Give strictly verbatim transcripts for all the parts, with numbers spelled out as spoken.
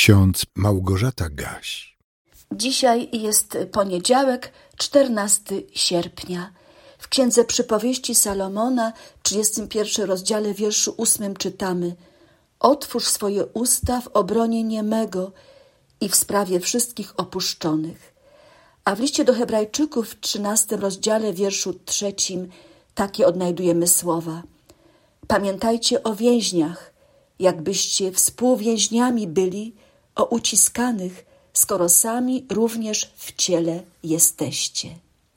ksiądz Małgorzata Gaś. Dzisiaj jest poniedziałek, czternastego sierpnia. W Księdze Przypowieści Salomona, trzydziestym pierwszym rozdziale, wierszu ósmym czytamy: Otwórz swoje usta w obronie niemego i w sprawie wszystkich opuszczonych. A w liście do Hebrajczyków w trzynastym rozdziale, wierszu trzecim, takie odnajdujemy słowa: Pamiętajcie o więźniach, jakbyście współwięźniami byli, o uciskanych, skoro sami również w ciele jesteście.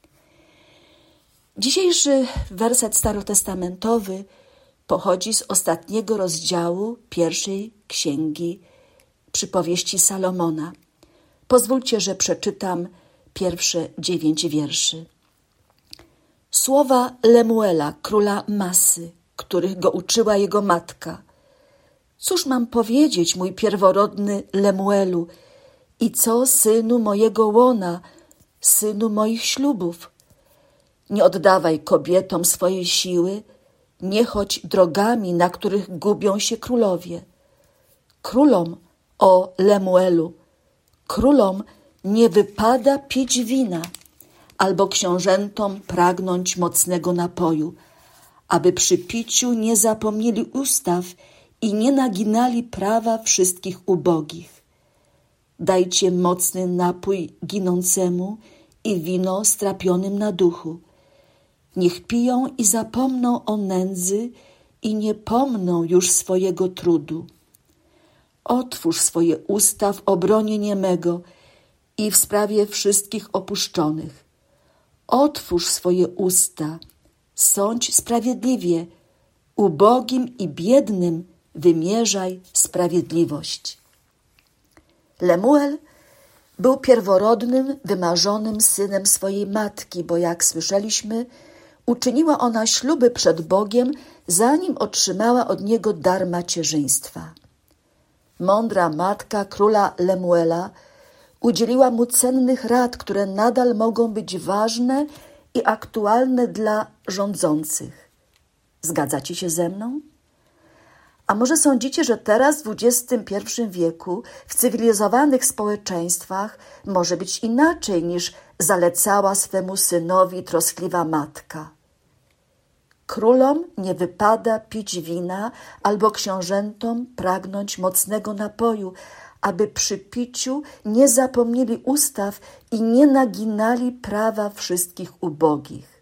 Dzisiejszy werset starotestamentowy pochodzi z ostatniego rozdziału pierwszej księgi Przypowieści Salomona. Pozwólcie, że przeczytam pierwsze dziewięć wierszy. Słowa Lemuela, króla Masy, których go uczyła jego matka. Cóż mam powiedzieć, mój pierworodny Lemuelu, i co, synu mojego łona, synu moich ślubów? Nie oddawaj kobietom swojej siły, nie chodź drogami, na których gubią się królowie. Królom, o Lemuelu, królom nie wypada pić wina, albo książętom pragnąć mocnego napoju, aby przy piciu nie zapomnieli ustaw i nie naginali prawa wszystkich ubogich. Dajcie mocny napój ginącemu i wino strapionym na duchu. Niech piją i zapomną o nędzy i nie pomną już swojego trudu. Otwórz swoje usta w obronie niemego i w sprawie wszystkich opuszczonych. Otwórz swoje usta, sądź sprawiedliwie, ubogim i biednym wymierzaj sprawiedliwość. Lemuel był pierworodnym, wymarzonym synem swojej matki, bo jak słyszeliśmy, uczyniła ona śluby przed Bogiem, zanim otrzymała od niego dar macierzyństwa. Mądra matka króla Lemuela udzieliła mu cennych rad, które nadal mogą być ważne i aktualne dla rządzących. Zgadzacie się ze mną? A może sądzicie, że teraz w dwudziestym pierwszym wieku w cywilizowanych społeczeństwach może być inaczej, niż zalecała swemu synowi troskliwa matka? Królom nie wypada pić wina, albo książętom pragnąć mocnego napoju, aby przy piciu nie zapomnieli ustaw i nie naginali prawa wszystkich ubogich.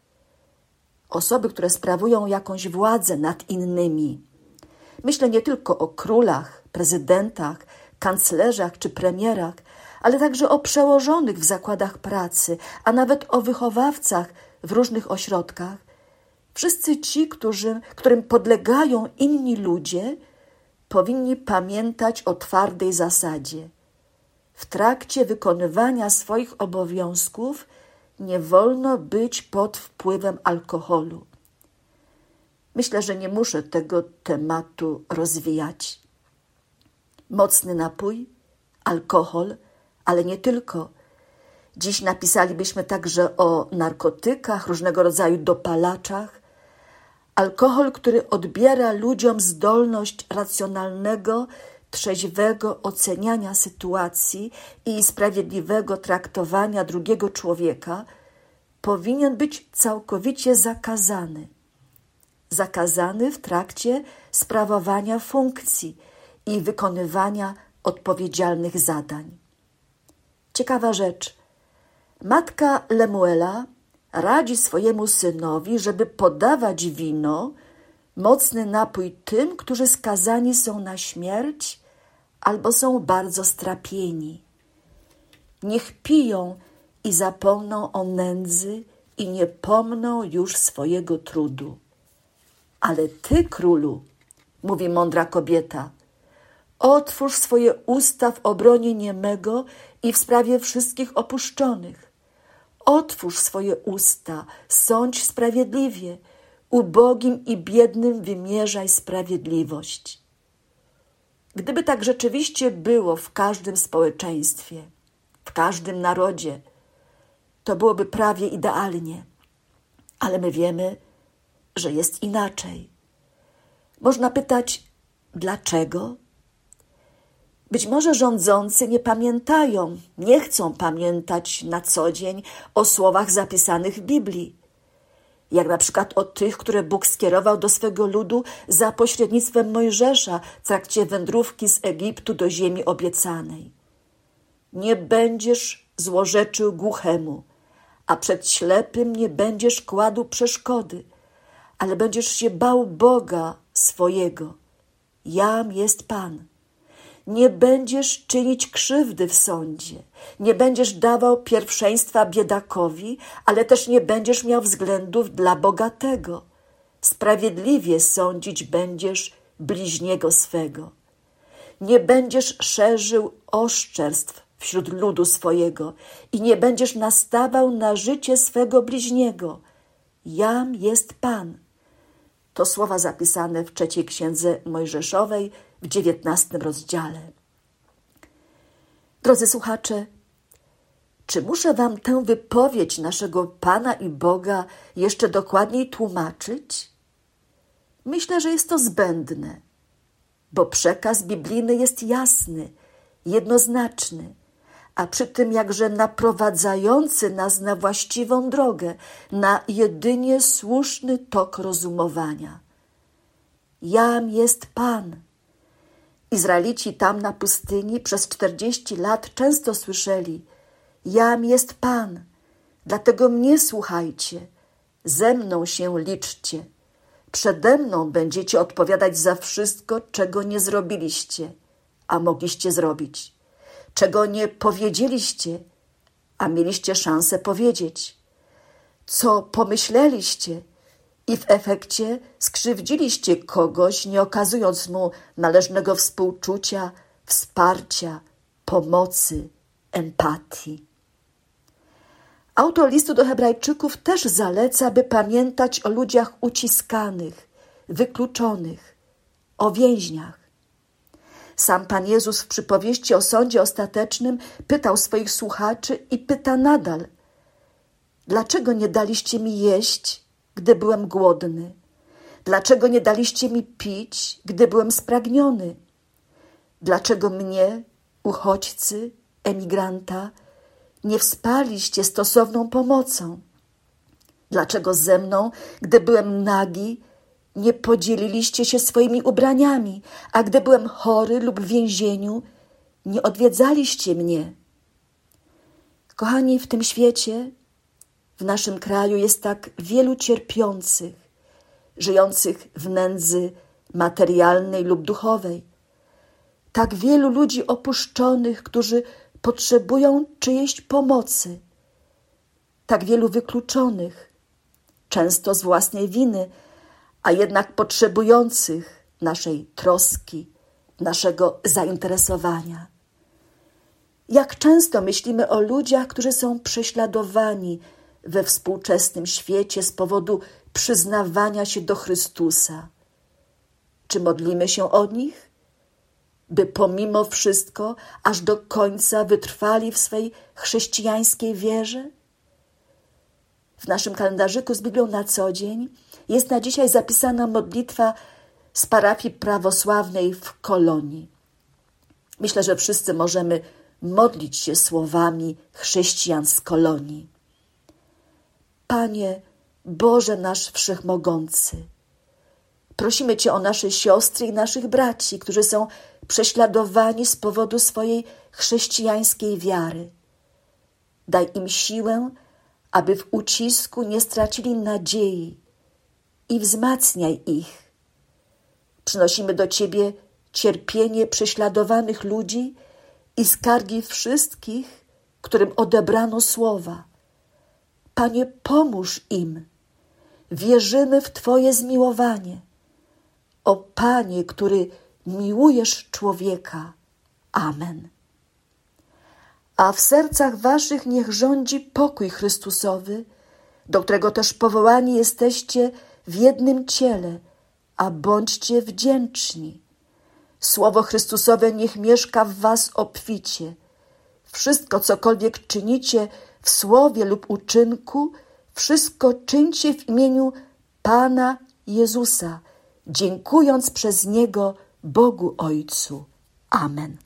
Osoby, które sprawują jakąś władzę nad innymi, myślę nie tylko o królach, prezydentach, kanclerzach czy premierach, ale także o przełożonych w zakładach pracy, a nawet o wychowawcach w różnych ośrodkach. Wszyscy ci, którzy, którym podlegają inni ludzie, powinni pamiętać o twardej zasadzie. W trakcie wykonywania swoich obowiązków nie wolno być pod wpływem alkoholu. Myślę, że nie muszę tego tematu rozwijać. Mocny napój, alkohol, ale nie tylko. Dziś napisalibyśmy także o narkotykach, różnego rodzaju dopalaczach. Alkohol, który odbiera ludziom zdolność racjonalnego, trzeźwego oceniania sytuacji i sprawiedliwego traktowania drugiego człowieka, powinien być całkowicie zakazany. Zakazany w trakcie sprawowania funkcji i wykonywania odpowiedzialnych zadań. Ciekawa rzecz. Matka Lemuela radzi swojemu synowi, żeby podawać wino, mocny napój tym, którzy skazani są na śmierć albo są bardzo strapieni. Niech piją i zapomną o nędzy i nie pomną już swojego trudu. Ale ty, królu, mówi mądra kobieta, otwórz swoje usta w obronie niemego i w sprawie wszystkich opuszczonych. Otwórz swoje usta, sądź sprawiedliwie, ubogim i biednym wymierzaj sprawiedliwość. Gdyby tak rzeczywiście było w każdym społeczeństwie, w każdym narodzie, to byłoby prawie idealnie. Ale my wiemy, że jest inaczej. Można pytać, dlaczego? Być może rządzący nie pamiętają, nie chcą pamiętać na co dzień o słowach zapisanych w Biblii. Jak na przykład o tych, które Bóg skierował do swego ludu za pośrednictwem Mojżesza w trakcie wędrówki z Egiptu do ziemi obiecanej. Nie będziesz złorzeczył głuchemu, a przed ślepym nie będziesz kładł przeszkody, ale będziesz się bał Boga swojego. Jam jest Pan. Nie będziesz czynić krzywdy w sądzie, nie będziesz dawał pierwszeństwa biedakowi, ale też nie będziesz miał względów dla bogatego. Sprawiedliwie sądzić będziesz bliźniego swego. Nie będziesz szerzył oszczerstw wśród ludu swojego i nie będziesz nastawał na życie swego bliźniego. Jam jest Pan. To słowa zapisane w trzeciej księdze Mojżeszowej w dziewiętnastym rozdziale. Drodzy słuchacze, czy muszę wam tę wypowiedź naszego Pana i Boga jeszcze dokładniej tłumaczyć? Myślę, że jest to zbędne, bo przekaz biblijny jest jasny, jednoznaczny, a przy tym jakże naprowadzający nas na właściwą drogę, na jedynie słuszny tok rozumowania. Jam jest Pan. Izraelici tam na pustyni przez czterdzieści lat często słyszeli: Jam jest Pan, dlatego mnie słuchajcie, ze mną się liczcie. Przede mną będziecie odpowiadać za wszystko, czego nie zrobiliście, a mogliście zrobić. Czego nie powiedzieliście, a mieliście szansę powiedzieć. Co pomyśleliście i w efekcie skrzywdziliście kogoś, nie okazując mu należnego współczucia, wsparcia, pomocy, empatii. Autor listu do Hebrajczyków też zaleca, by pamiętać o ludziach uciskanych, wykluczonych, o więźniach. Sam Pan Jezus w przypowieści o sądzie ostatecznym pytał swoich słuchaczy i pyta nadal: dlaczego nie daliście mi jeść, gdy byłem głodny? Dlaczego nie daliście mi pić, gdy byłem spragniony? Dlaczego mnie, uchodźcy, emigranta, nie wsparliście stosowną pomocą? Dlaczego ze mną, gdy byłem nagi, nie podzieliliście się swoimi ubraniami, a gdy byłem chory lub w więzieniu, nie odwiedzaliście mnie? Kochani, w tym świecie, w naszym kraju jest tak wielu cierpiących, żyjących w nędzy materialnej lub duchowej. Tak wielu ludzi opuszczonych, którzy potrzebują czyjejś pomocy. Tak wielu wykluczonych, często z własnej winy, a jednak potrzebujących naszej troski, naszego zainteresowania. Jak często myślimy o ludziach, którzy są prześladowani we współczesnym świecie z powodu przyznawania się do Chrystusa. Czy modlimy się o nich, by pomimo wszystko aż do końca wytrwali w swej chrześcijańskiej wierze? W naszym kalendarzyku z Biblią na co dzień jest na dzisiaj zapisana modlitwa z parafii prawosławnej w Kolonii. Myślę, że wszyscy możemy modlić się słowami chrześcijan z Kolonii. Panie, Boże nasz Wszechmogący, prosimy Cię o nasze siostry i naszych braci, którzy są prześladowani z powodu swojej chrześcijańskiej wiary. Daj im siłę, aby w ucisku nie stracili nadziei i wzmacniaj ich. Przynosimy do Ciebie cierpienie prześladowanych ludzi i skargi wszystkich, którym odebrano słowa. Panie, pomóż im. Wierzymy w Twoje zmiłowanie. O Panie, który miłujesz człowieka. Amen. A w sercach waszych niech rządzi pokój Chrystusowy, do którego też powołani jesteście w jednym ciele, a bądźcie wdzięczni. Słowo Chrystusowe niech mieszka w was obficie. Wszystko, cokolwiek czynicie w słowie lub uczynku, wszystko czyńcie w imieniu Pana Jezusa, dziękując przez Niego Bogu Ojcu. Amen.